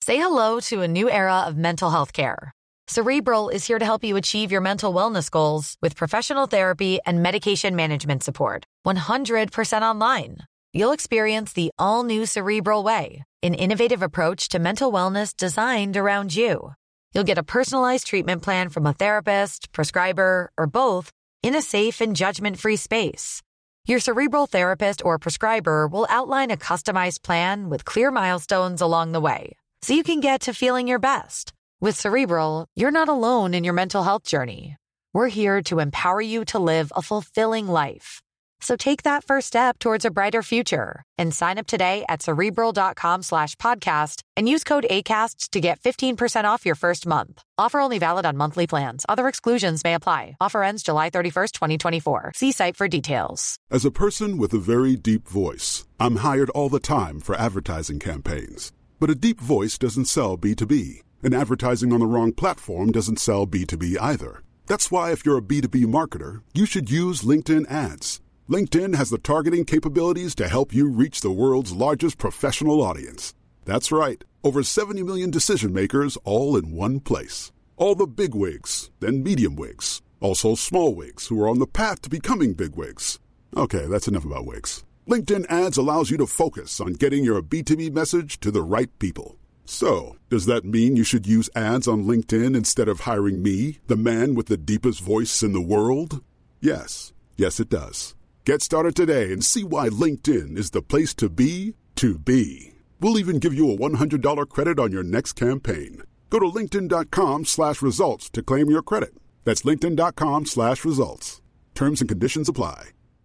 Say hello to a new era of mental health care. Cerebral is here to help you achieve your mental wellness goals with professional therapy and medication management support. 100% online. You'll experience the all-new Cerebral Way, an innovative approach to mental wellness designed around you. You'll get a personalized treatment plan from a therapist, prescriber, or both in a safe and judgment-free space. Your Cerebral therapist or prescriber will outline a customized plan with clear milestones along the way, so you can get to feeling your best. With Cerebral, you're not alone in your mental health journey. We're here to empower you to live a fulfilling life. So take that first step towards a brighter future and sign up today at Cerebral.com/podcast and use code ACAST to get 15% off your first month. Offer only valid on monthly plans. Other exclusions may apply. Offer ends July 31st, 2024. See site for details. As a person with a very deep voice, I'm hired all the time for advertising campaigns. But a deep voice doesn't sell B2B. And advertising on the wrong platform doesn't sell B2B either. That's why if you're a B2B marketer, you should use LinkedIn ads. LinkedIn has the targeting capabilities to help you reach the world's largest professional audience. That's right. Over 70 million decision makers all in one place. All the big wigs, then medium wigs. Also small wigs who are on the path to becoming big wigs. Okay, that's enough about wigs. LinkedIn ads allows you to focus on getting your B2B message to the right people. So, does that mean you should use ads on LinkedIn instead of hiring me, the man with the deepest voice in the world? Yes. Yes, it does. Get started today and see why LinkedIn is the place to be to be. We'll even give you a $100 credit on your next campaign. Go to linkedin.com/results to claim your credit. That's linkedin.com/results. Terms and conditions apply.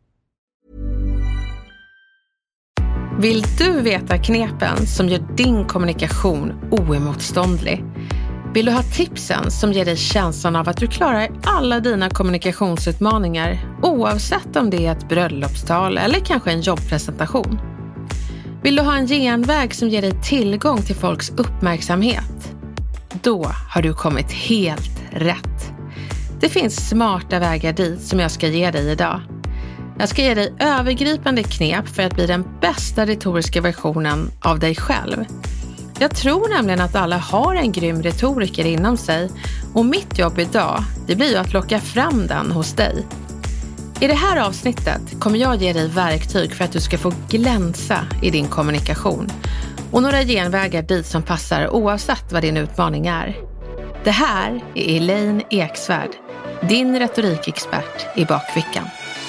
Vill du veta knepen som gör din kommunikation oemotståndlig? Vill du ha tipsen som ger dig känslan av att du klarar alla dina kommunikationsutmaningar, oavsett om det är ett bröllopstal eller kanske en jobbpresentation? Vill du ha en genväg som ger dig tillgång till folks uppmärksamhet? Då har du kommit helt rätt. Det finns smarta vägar dit som jag ska ge dig idag. Jag ska ge dig övergripande knep för att bli den bästa retoriska versionen av dig själv. Jag tror nämligen att alla har en grym retoriker inom sig, och mitt jobb idag, det blir ju att locka fram den hos dig. I det här avsnittet kommer jag ge dig verktyg för att du ska få glänsa i din kommunikation och några genvägar dit som passar oavsett vad din utmaning är. Det här är Elaine Eksvärd, din retorikexpert i bakfickan.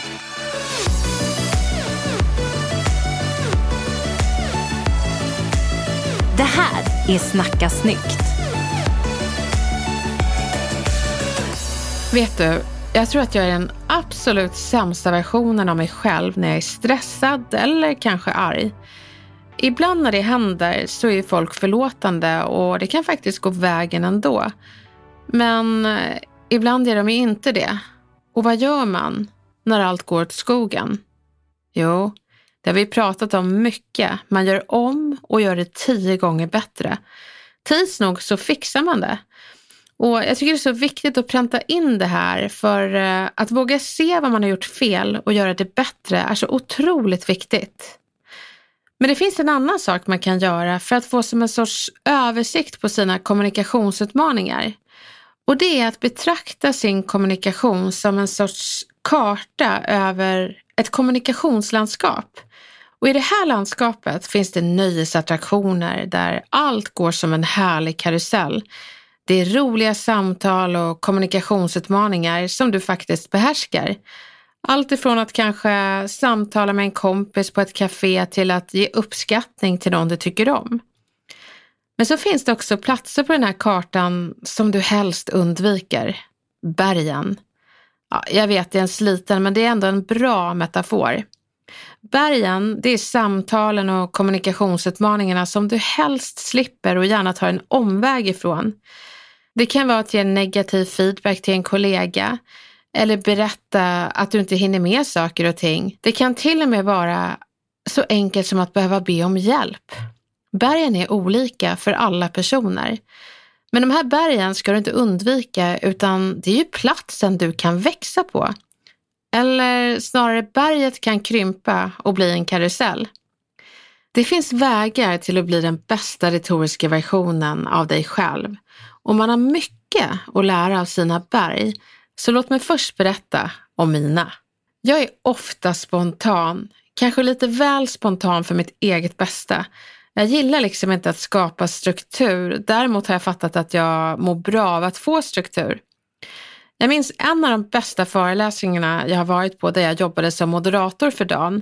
Det här är Snacka snyggt. Vet du, jag tror att jag är den absolut sämsta versionen av mig själv när jag är stressad eller kanske arg. Ibland när det händer så är folk förlåtande och det kan faktiskt gå vägen ändå. Men ibland är de inte det. Och vad gör man när allt går åt skogen? Jo, det har vi pratat om mycket. Man gör om och gör det 10 gånger bättre. Tids nog så fixar man det. Och jag tycker det är så viktigt att pränta in det här, för att våga se vad man har gjort fel och göra det bättre är så otroligt viktigt. Men det finns en annan sak man kan göra för att få som en sorts översikt på sina kommunikationsutmaningar. Och det är att betrakta sin kommunikation som en sorts karta över ett kommunikationslandskap. Och i det här landskapet finns det nöjesattraktioner där allt går som en härlig karusell. Det är roliga samtal och kommunikationsutmaningar som du faktiskt behärskar. Allt ifrån att kanske samtala med en kompis på ett café till att ge uppskattning till någon du tycker om. Men så finns det också platser på den här kartan som du helst undviker. Bergen. Ja, jag vet, det är en sliten, men det är ändå en bra metafor. Bergen, det är samtalen och kommunikationsutmaningarna som du helst slipper och gärna tar en omväg ifrån. Det kan vara att ge negativ feedback till en kollega eller berätta att du inte hinner med saker och ting. Det kan till och med vara så enkelt som att behöva be om hjälp. Bergen är olika för alla personer. Men de här bergen ska du inte undvika, utan det är ju platsen du kan växa på. Eller snarare berget kan krympa och bli en karusell. Det finns vägar till att bli den bästa retoriska versionen av dig själv. Och man har mycket att lära av sina berg. Så låt mig först berätta om mina. Jag är ofta spontan. Kanske lite väl spontan för mitt eget bästa. Jag gillar liksom inte att skapa struktur. Däremot har jag fattat att jag mår bra av att få struktur. Jag minns en av de bästa föreläsningarna jag har varit på där jag jobbade som moderator för dagen.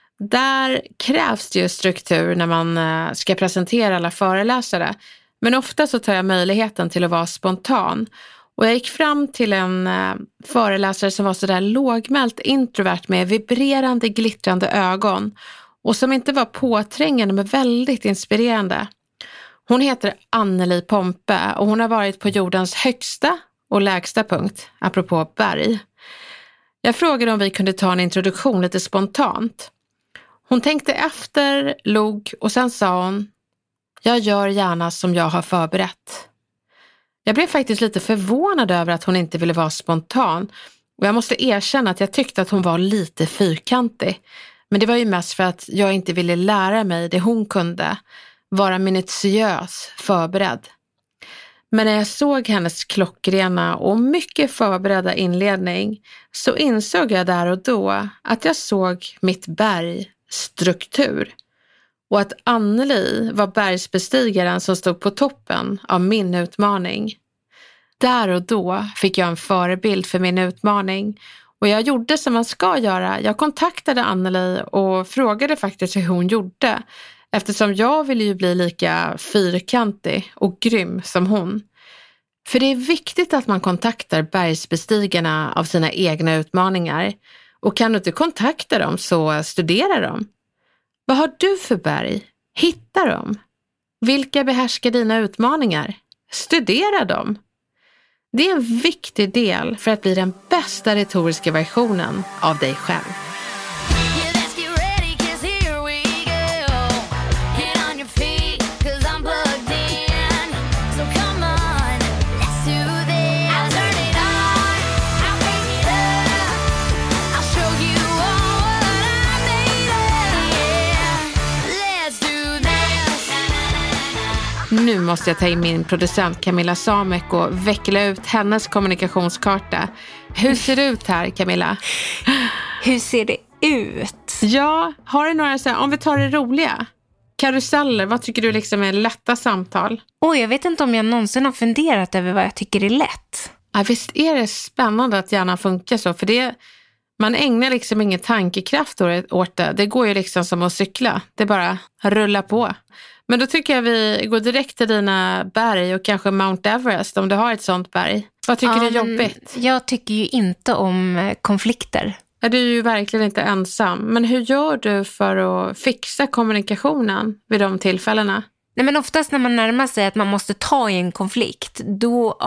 Där krävs det ju struktur när man ska presentera alla föreläsare. Men ofta så tar jag möjligheten till att vara spontan. Och jag gick fram till en föreläsare som var så där lågmält introvert med vibrerande glittrande ögon. Och som inte var påträngande men väldigt inspirerande. Hon heter Anneli Pompe och hon har varit på jordens högsta och lägsta punkt, apropå berg. Jag frågade om vi kunde ta en introduktion lite spontant. Hon tänkte efter, log och sen sa hon: jag gör gärna som jag har förberett. Jag blev faktiskt lite förvånad över att hon inte ville vara spontan. Och jag måste erkänna att jag tyckte att hon var lite fyrkantig. Men det var ju mest för att jag inte ville lära mig det hon kunde. Vara minutiös, förberedd. Men när jag såg hennes klockrena och mycket förberedda inledning så insåg jag där och då att jag såg mitt berg struktur. Och att Anneli var bergsbestigaren som stod på toppen av min utmaning. Där och då fick jag en förebild för min utmaning. Och jag gjorde som man ska göra. Jag kontaktade Anneli och frågade faktiskt hur hon gjorde. Eftersom jag ville ju bli lika fyrkantig och grym som hon. För det är viktigt att man kontaktar bergsbestigarna av sina egna utmaningar. Och kan du inte kontakta dem så studera dem. Vad har du för berg? Hitta dem. Vilka behärskar dina utmaningar? Studera dem. Det är en viktig del för att bli den bästa retoriska versionen av dig själv. Nu måste jag ta in min producent Camilla Samek och veckla ut hennes kommunikationskarta. Hur ser det ut här, Camilla? Hur ser det ut? Ja, har du några så här, om vi tar det roliga. Karuseller, vad tycker du liksom är lätta samtal? Jag vet inte om jag någonsin har funderat över vad jag tycker är lätt. Ja, visst är det spännande att gärna funka så, för det man ägnar liksom ingen tankekraft åt det. Det går ju liksom som att cykla. Det bara rullar på. Men då tycker jag vi går direkt till dina berg och kanske Mount Everest om du har ett sånt berg. Vad tycker du är jobbigt? Jag tycker ju inte om konflikter. Ja, du är ju verkligen inte ensam. Men hur gör du för att fixa kommunikationen vid de tillfällena? Nej, men oftast när man närmar sig att man måste ta i en konflikt, då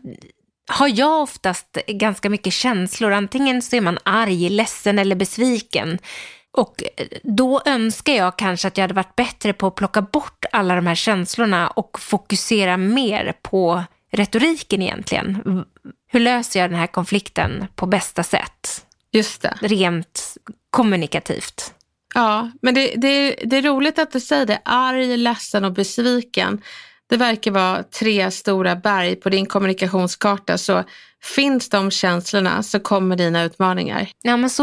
har jag oftast ganska mycket känslor. Antingen så är man arg, ledsen eller besviken. Och då önskar jag kanske att jag hade varit bättre på att plocka bort alla de här känslorna och fokusera mer på retoriken egentligen. Hur löser jag den här konflikten på bästa sätt? Just det. Rent kommunikativt. Ja, men det är roligt att du säger det. Arg, ledsen och besviken. Det verkar vara 3 stora berg på din kommunikationskarta. Så finns de känslorna så kommer dina utmaningar. Ja, men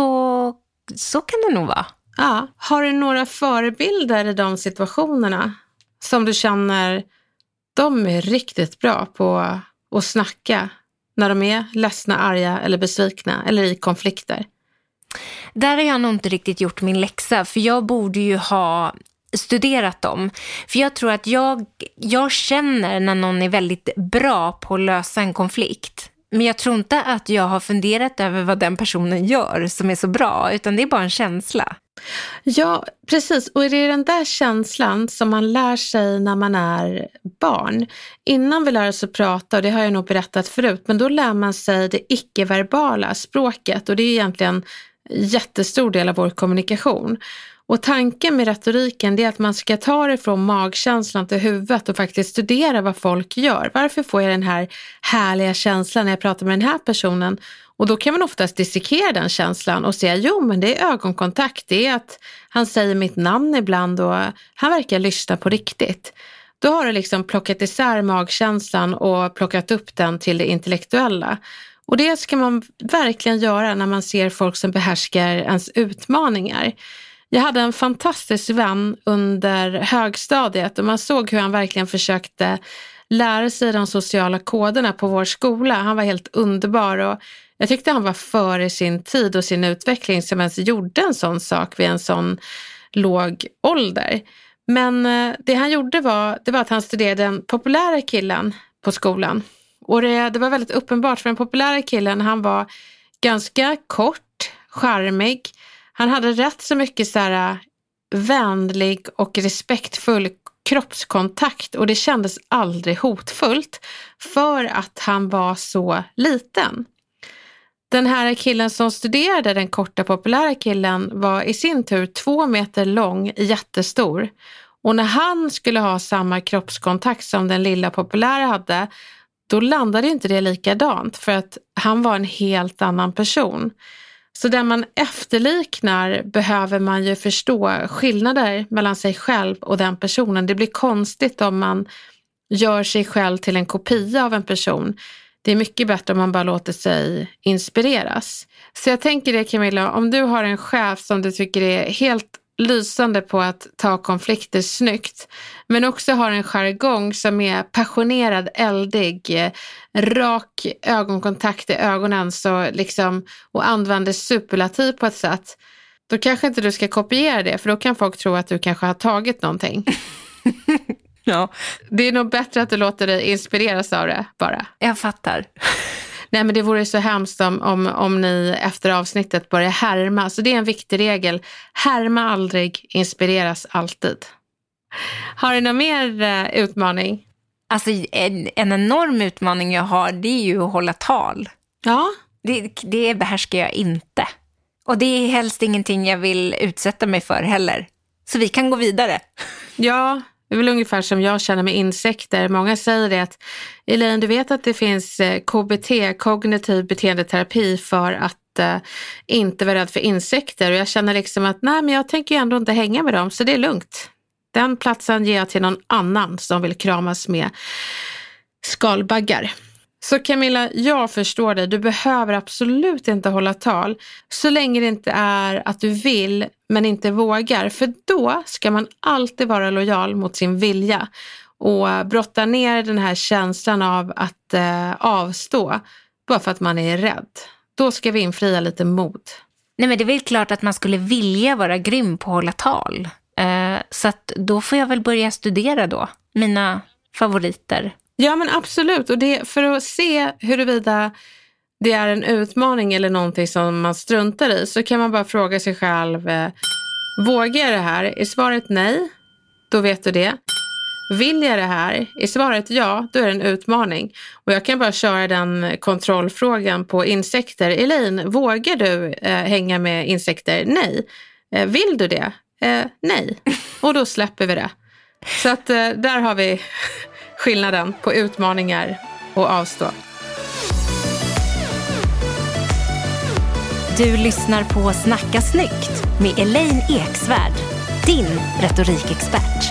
så kan det nog vara. Ja. Har du några förebilder i de situationerna som du känner de är riktigt bra på att snacka när de är ledsna, arga eller besvikna eller i konflikter? Där har jag nog inte riktigt gjort min läxa, för jag borde ju ha studerat dem. För jag tror att jag känner när någon är väldigt bra på att lösa en konflikt. Men jag tror inte att jag har funderat över vad den personen gör som är så bra, utan det är bara en känsla. Ja, precis. Och det är den där känslan som man lär sig när man är barn. Innan vi lär oss att prata, och det har jag nog berättat förut, men då lär man sig det icke-verbala språket. Och det är egentligen en jättestor del av vår kommunikation. Och tanken med retoriken är att man ska ta det från magkänslan till huvudet och faktiskt studera vad folk gör. Varför får jag den här härliga känslan när jag pratar med den här personen? Och då kan man oftast dissekera den känslan och säga, jo men det är ögonkontakt, det är att han säger mitt namn ibland och han verkar lyssna på riktigt. Då har du liksom plockat isär magkänslan och plockat upp den till det intellektuella. Och det ska man verkligen göra när man ser folk som behärskar ens utmaningar. Jag hade en fantastisk vän under högstadiet och man såg hur han verkligen försökte lära sig de sociala koderna på vår skola. Han var helt underbar och jag tyckte han var före sin tid och sin utveckling som ens gjorde en sån sak vid en sån låg ålder. Men det han gjorde var att han studerade den populära killen på skolan. Och det var väldigt uppenbart för den populära killen, han var ganska kort, charmig. Han hade rätt så mycket så här vänlig och respektfull kroppskontakt och det kändes aldrig hotfullt för att han var så liten. Den här killen som studerade, den korta populära killen, var i sin tur 2 meter lång, jättestor. Och när han skulle ha samma kroppskontakt som den lilla populära hade, då landade inte det likadant för att han var en helt annan person. Så där man efterliknar behöver man ju förstå skillnader mellan sig själv och den personen. Det blir konstigt om man gör sig själv till en kopia av en person. Det är mycket bättre om man bara låter sig inspireras. Så jag tänker det, Camilla, om du har en chef som du tycker är helt lysande på att ta konflikter snyggt, men också har en jargong som är passionerad, eldig, rak ögonkontakt i ögonen så liksom, och använder superlativ på ett sätt, då kanske inte du ska kopiera det, för då kan folk tro att du kanske har tagit någonting. Ja. Det är nog bättre att du låter dig inspireras av det bara. Jag fattar. Nej, men det vore så hemskt om ni efter avsnittet börjar härma. Så det är en viktig regel. Härma aldrig, inspireras alltid. Har du någon mer utmaning? Alltså en enorm utmaning jag har, det är ju att hålla tal. Ja. Det behärskar jag inte. Och det är helst ingenting jag vill utsätta mig för heller. Så vi kan gå vidare. Ja, det är väl ungefär som jag känner med insekter. Många säger det att, Elaine, du vet att det finns KBT, kognitiv beteendeterapi, för att inte vara rädd för insekter. Och jag känner liksom att nej, men jag tänker ju ändå inte hänga med dem, så det är lugnt. Den platsen ger jag till någon annan som vill kramas med skalbaggar. Så Camilla, jag förstår dig. Du behöver absolut inte hålla tal så länge det inte är att du vill men inte vågar. För då ska man alltid vara lojal mot sin vilja och brotta ner den här känslan av att avstå bara för att man är rädd. Då ska vi infria lite mod. Nej, men det är väl klart att man skulle vilja vara grym på att hålla tal. Så att då får jag väl börja studera då. Mina favoriter. Ja, men absolut. Och det, för att se huruvida det är en utmaning eller någonting som man struntar i, så kan man bara fråga sig själv, vågar jag det här? Är svaret nej? Då vet du det. Vill jag det här? Är svaret ja? Då är det en utmaning. Och jag kan bara köra den kontrollfrågan på insekter. Elaine, vågar du hänga med insekter? Nej. Vill du det? Nej. Och då släpper vi det. Så att där har vi skillnaden på utmaningar och avstå. Du lyssnar på Snacka snyggt med Elaine Eksvärd, din retorikexpert.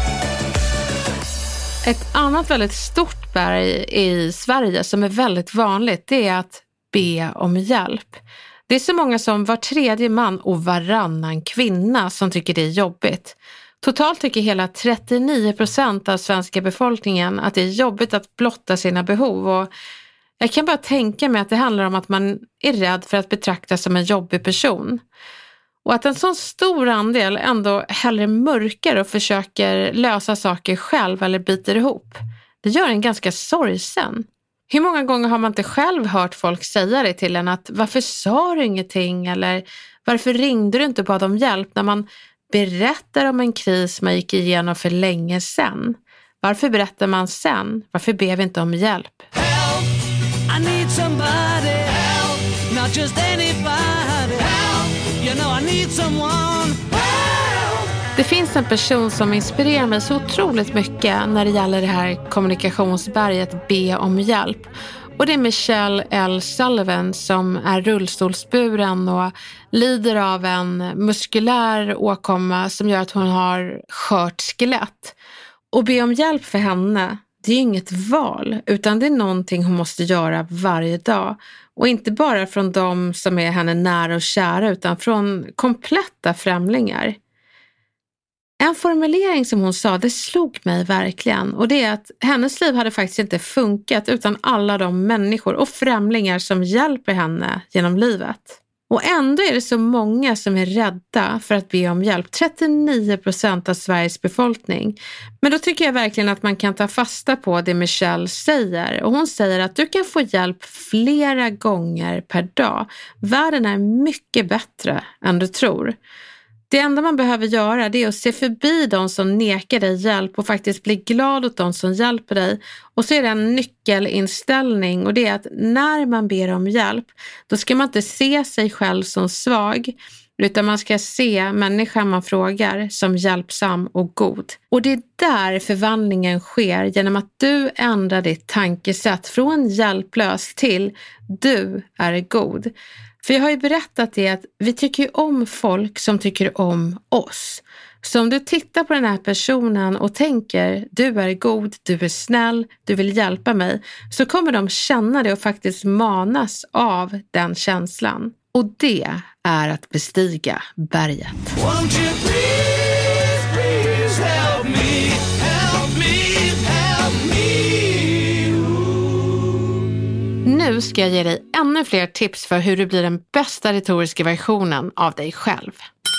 Ett annat väldigt stort berg i Sverige som är väldigt vanligt, det är att be om hjälp. Det är så många som var tredje man och varannan kvinna som tycker det är jobbigt. Totalt tycker hela 39% av svenska befolkningen att det är jobbigt att blotta sina behov, och jag kan bara tänka mig att det handlar om att man är rädd för att betraktas som en jobbig person. Och att en sån stor andel ändå hellre mörkar och försöker lösa saker själv eller biter ihop, det gör en ganska sorgsen. Hur många gånger har man inte själv hört folk säga det till en, att varför sa du ingenting, eller varför ringde du inte och bad om hjälp, när man berättar om en kris man gick igenom för länge sedan. Varför berättar man sen? Varför ber vi inte om hjälp? Help, I need somebody help, not just anybody help, you know I need someone help. Det finns en person som inspirerar mig så otroligt mycket när det gäller det här kommunikationsberget be om hjälp. Och det är Michelle L. Sullivan som är rullstolsburen och lider av en muskulär åkomma som gör att hon har skört skelett. Och be om hjälp för henne, det är inget val utan det är någonting hon måste göra varje dag. Och inte bara från de som är henne nära och kära utan från kompletta främlingar. En formulering som hon sa, det slog mig verkligen. Och det är att hennes liv hade faktiskt inte funkat utan alla de människor och främlingar som hjälper henne genom livet. Och ändå är det så många som är rädda för att be om hjälp. 39% av Sveriges befolkning. Men då tycker jag verkligen att man kan ta fasta på det Michelle säger. Och hon säger att du kan få hjälp flera gånger per dag. Världen är mycket bättre än du tror. Det enda man behöver göra det är att se förbi de som nekar dig hjälp och faktiskt bli glad åt de som hjälper dig. Och så är det en nyckelinställning och det är att när man ber om hjälp då ska man inte se sig själv som svag utan man ska se människan man frågar som hjälpsam och god. Och det är där förvandlingen sker genom att du ändrar ditt tankesätt från hjälplös till du är god. För jag har ju berättat det att vi tycker ju om folk som tycker om oss. Så om du tittar på den här personen och tänker du är god, du är snäll, du vill hjälpa mig så kommer de känna det och faktiskt manas av den känslan. Och det är att bestiga berget. Won't you please, please help me, help me, help me. Nu ska jag ge dig ännu fler tips för hur du blir den bästa retoriska versionen av dig själv.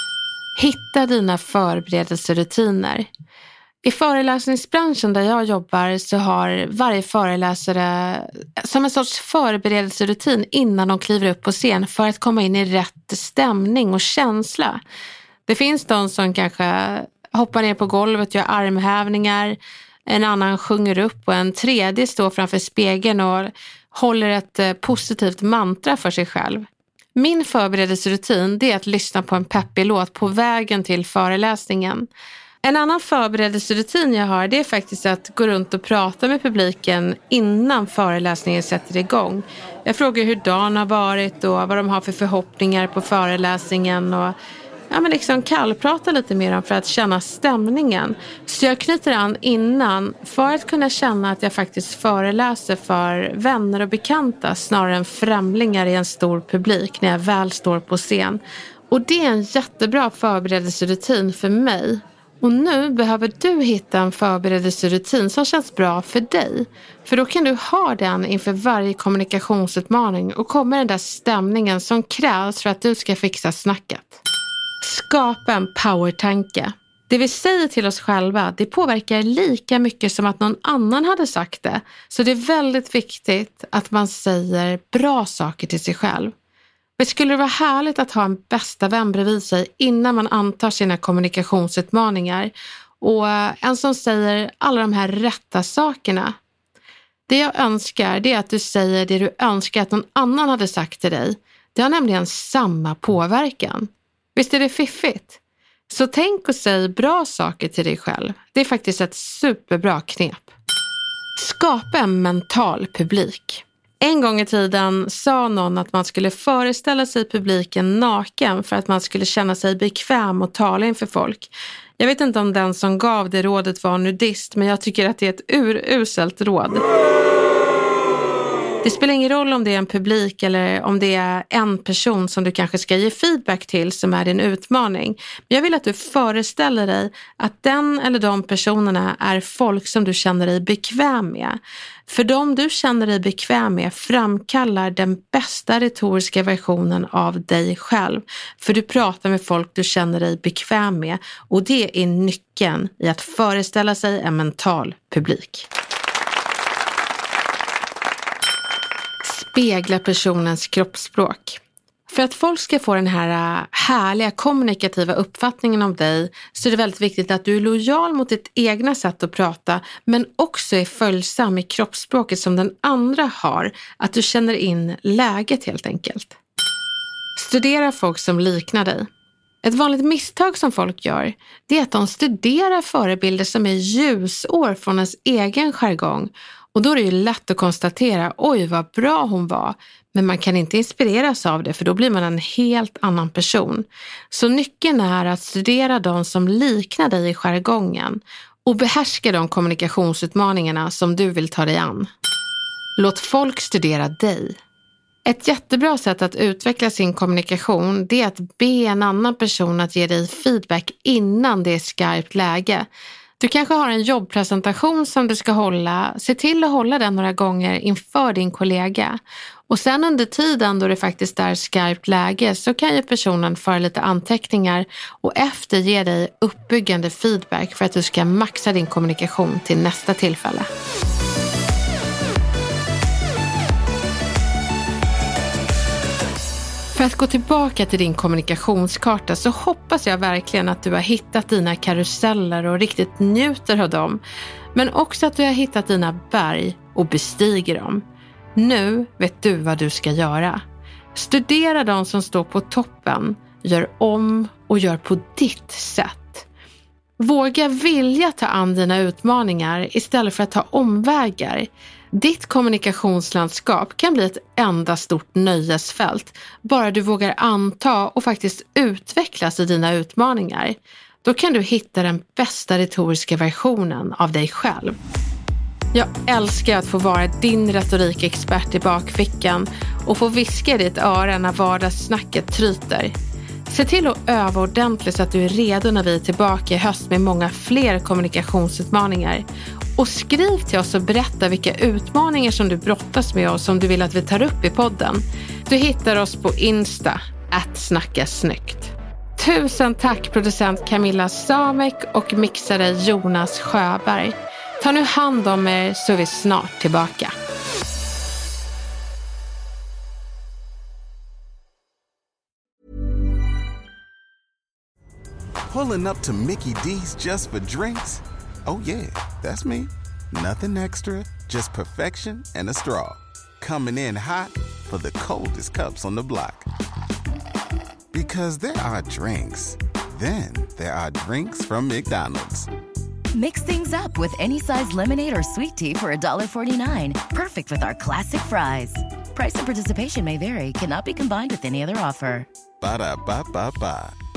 Hitta dina förberedelserutiner. I föreläsningsbranschen där jag jobbar så har varje föreläsare som en sorts förberedelserutin innan de kliver upp på scen för att komma in i rätt stämning och känsla. Det finns de som kanske hoppar ner på golvet, gör armhävningar, en annan sjunger upp och en tredje står framför spegeln och håller ett positivt mantra för sig själv. Min förberedelserutin det är att lyssna på en peppig låt på vägen till föreläsningen. En annan förberedelserutin jag har det är faktiskt att gå runt och prata med publiken innan föreläsningen sätter igång. Jag frågar hur dagen har varit och vad de har för förhoppningar på föreläsningen och liksom kallprata lite med dem för att känna stämningen. Så jag knyter an innan för att kunna känna att jag faktiskt föreläser för vänner och bekanta snarare än främlingar i en stor publik när jag väl står på scen. Och det är en jättebra förberedelserutin för mig. Och nu behöver du hitta en förberedelserutin som känns bra för dig. För då kan du ha den inför varje kommunikationsutmaning och komma den där stämningen som krävs för att du ska fixa snacket. Skapa en powertanke. Det vi säger till oss själva, det påverkar lika mycket som att någon annan hade sagt det. Så det är väldigt viktigt att man säger bra saker till sig själv. Men skulle det vara härligt att ha en bästa vän bredvid sig innan man antar sina kommunikationsutmaningar? Och en som säger alla de här rätta sakerna. Det jag önskar det är att du säger det du önskar att någon annan hade sagt till dig. Det har nämligen samma påverkan. Visst är det fiffigt? Så tänk och säg bra saker till dig själv. Det är faktiskt ett superbra knep. Skapa en mental publik. En gång i tiden sa någon att man skulle föreställa sig publiken naken för att man skulle känna sig bekväm och tala inför folk. Jag vet inte om den som gav det rådet var nudist, men jag tycker att det är ett uruselt råd. Det spelar ingen roll om det är en publik eller om det är en person som du kanske ska ge feedback till som är din utmaning. Men jag vill att du föreställer dig att den eller de personerna är folk som du känner dig bekväm med. För de du känner dig bekväm med framkallar den bästa retoriska versionen av dig själv. För du pratar med folk du känner dig bekväm med och det är nyckeln i att föreställa sig en mental publik. Spegla personens kroppsspråk. För att folk ska få den här härliga kommunikativa uppfattningen om dig så är det väldigt viktigt att du är lojal mot ditt egna sätt att prata men också är följsam i kroppsspråket som den andra har. Att du känner in läget helt enkelt. Studera folk som liknar dig. Ett vanligt misstag som folk gör, det är att de studerar förebilder som är ljusår från ens egen jargong. Och då är det ju lätt att konstatera, oj vad bra hon var. Men man kan inte inspireras av det, för då blir man en helt annan person. Så nyckeln är att studera de som liknar dig i jargongen och behärska de kommunikationsutmaningarna som du vill ta dig an. Låt folk studera dig. Ett jättebra sätt att utveckla sin kommunikation, det är att be en annan person att ge dig feedback innan det är skarpt läge. Du kanske har en jobbpresentation som du ska hålla. Se till att hålla den några gånger inför din kollega. Och sen under tiden då det faktiskt är skarpt läge så kan ju personen föra lite anteckningar och efter ge dig uppbyggande feedback för att du ska maxa din kommunikation till nästa tillfälle. För att gå tillbaka till din kommunikationskarta så hoppas jag verkligen att du har hittat dina karuseller och riktigt njuter av dem. Men också att du har hittat dina berg och bestiger dem. Nu vet du vad du ska göra. Studera de som står på toppen. Gör om och gör på ditt sätt. Våga vilja ta an dina utmaningar istället för att ta omvägar. Ditt kommunikationslandskap kan bli ett enda stort nöjesfält. Bara du vågar anta och faktiskt utvecklas i dina utmaningar. Då kan du hitta den bästa retoriska versionen av dig själv. Jag älskar att få vara din retorikexpert i bakfickan och få viska i ditt öra när vardagssnacket tryter. Se till att öva ordentligt så att du är redo när vi är tillbaka i höst med många fler kommunikationsutmaningar. Och skriv till oss och berätta vilka utmaningar som du brottas med och som du vill att vi tar upp i podden. Du hittar oss på Insta, @snackasnyggt. Tusen tack producent Camilla Samek och mixare Jonas Sjöberg. Ta nu hand om er så är vi snart tillbaka. Pulling up to Mickey D's just for drinks? Oh yeah, that's me. Nothing extra, just perfection and a straw. Coming in hot for the coldest cups on the block. Because there are drinks. Then there are drinks from McDonald's. Mix things up with any size lemonade or sweet tea for $1.49. Perfect with our classic fries. Price and participation may vary. Cannot be combined with any other offer. Ba-da-ba-ba-ba.